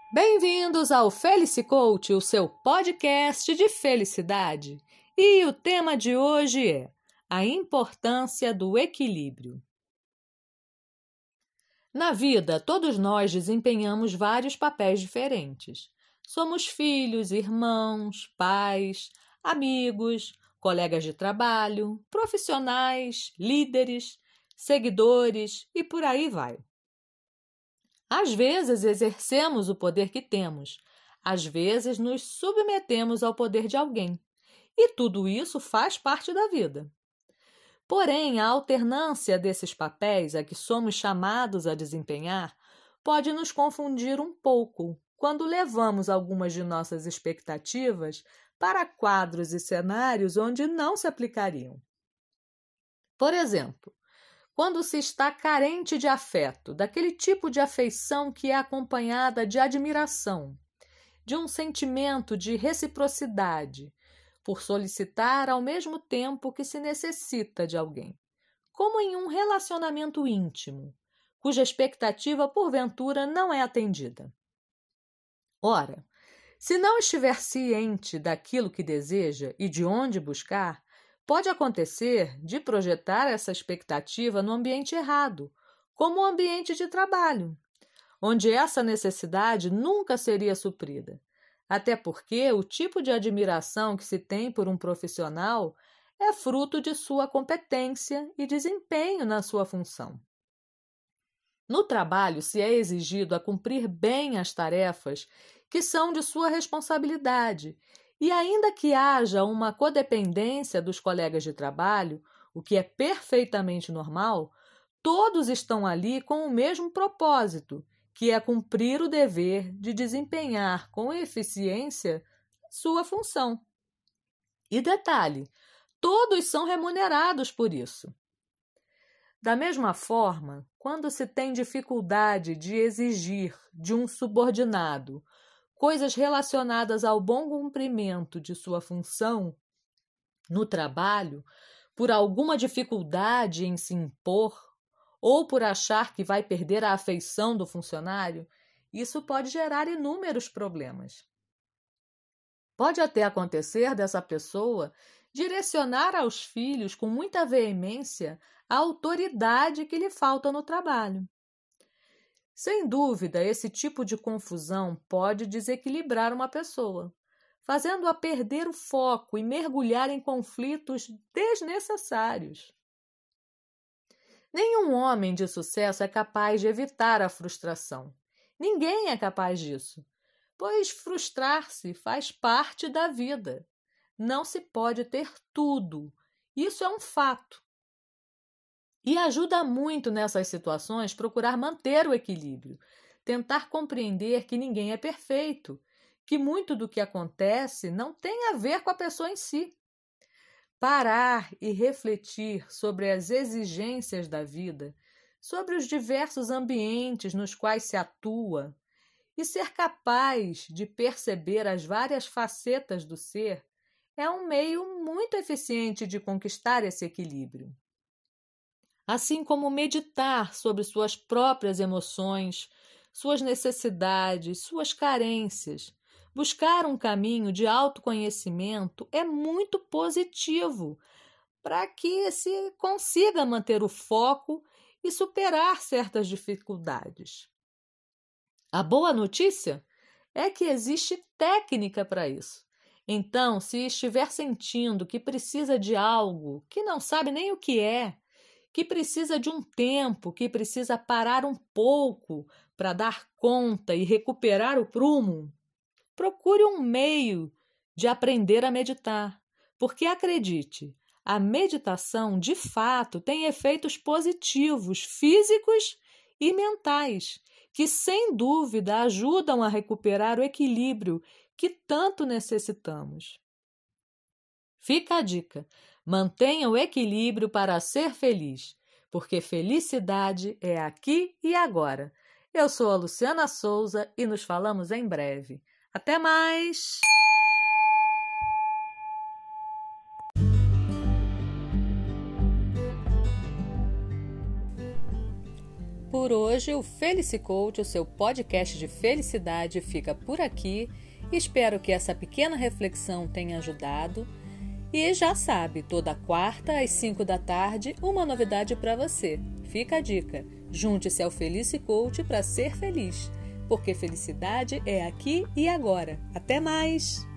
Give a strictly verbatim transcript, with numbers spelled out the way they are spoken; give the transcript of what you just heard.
Bem-vindos ao Felici Coach, o seu podcast de felicidade. E o tema de hoje é a importância do equilíbrio. Na vida, todos nós desempenhamos vários papéis diferentes. Somos filhos, irmãos, pais, amigos, colegas de trabalho, profissionais, líderes, seguidores e por aí vai. Às vezes exercemos o poder que temos, às vezes nos submetemos ao poder de alguém, e tudo isso faz parte da vida. Porém, a alternância desses papéis a que somos chamados a desempenhar pode nos confundir um pouco quando levamos algumas de nossas expectativas para quadros e cenários onde não se aplicariam. Por exemplo, quando se está carente de afeto, daquele tipo de afeição que é acompanhada de admiração, de um sentimento de reciprocidade, por solicitar ao mesmo tempo que se necessita de alguém, como em um relacionamento íntimo, cuja expectativa, porventura, não é atendida. Ora, se não estiver ciente daquilo que deseja e de onde buscar, pode acontecer de projetar essa expectativa no ambiente errado, como o ambiente de trabalho, onde essa necessidade nunca seria suprida, até porque o tipo de admiração que se tem por um profissional é fruto de sua competência e desempenho na sua função. No trabalho, se é exigido a cumprir bem as tarefas que são de sua responsabilidade, e ainda que haja uma codependência dos colegas de trabalho, o que é perfeitamente normal, todos estão ali com o mesmo propósito, que é cumprir o dever de desempenhar com eficiência sua função. E detalhe, todos são remunerados por isso. Da mesma forma, quando se tem dificuldade de exigir de um subordinado coisas relacionadas ao bom cumprimento de sua função no trabalho, por alguma dificuldade em se impor ou por achar que vai perder a afeição do funcionário, isso pode gerar inúmeros problemas. Pode até acontecer dessa pessoa direcionar aos filhos com muita veemência a autoridade que lhe falta no trabalho. Sem dúvida, esse tipo de confusão pode desequilibrar uma pessoa, fazendo-a perder o foco e mergulhar em conflitos desnecessários. Nenhum homem de sucesso é capaz de evitar a frustração. Ninguém é capaz disso, pois frustrar-se faz parte da vida. Não se pode ter tudo. Isso é um fato. E ajuda muito nessas situações procurar manter o equilíbrio, tentar compreender que ninguém é perfeito, que muito do que acontece não tem a ver com a pessoa em si. Parar e refletir sobre as exigências da vida, sobre os diversos ambientes nos quais se atua, e ser capaz de perceber as várias facetas do ser é um meio muito eficiente de conquistar esse equilíbrio. Assim como meditar sobre suas próprias emoções, suas necessidades, suas carências. Buscar um caminho de autoconhecimento é muito positivo para que se consiga manter o foco e superar certas dificuldades. A boa notícia é que existe técnica para isso. Então, se estiver sentindo que precisa de algo que não sabe nem o que é, que precisa de um tempo, que precisa parar um pouco para dar conta e recuperar o prumo, procure um meio de aprender a meditar, porque acredite, a meditação de fato tem efeitos positivos, físicos e mentais, que sem dúvida ajudam a recuperar o equilíbrio que tanto necessitamos. Fica a dica. Mantenha o equilíbrio para ser feliz, porque felicidade é aqui e agora. Eu sou a Luciana Souza e nos falamos em breve. Até mais! Por hoje, o Felici-Coach, o seu podcast de felicidade, fica por aqui. Espero que essa pequena reflexão tenha ajudado. E já sabe, toda quarta às cinco da tarde, uma novidade para você. Fica a dica, junte-se ao Felici-Coach para ser feliz, porque felicidade é aqui e agora. Até mais!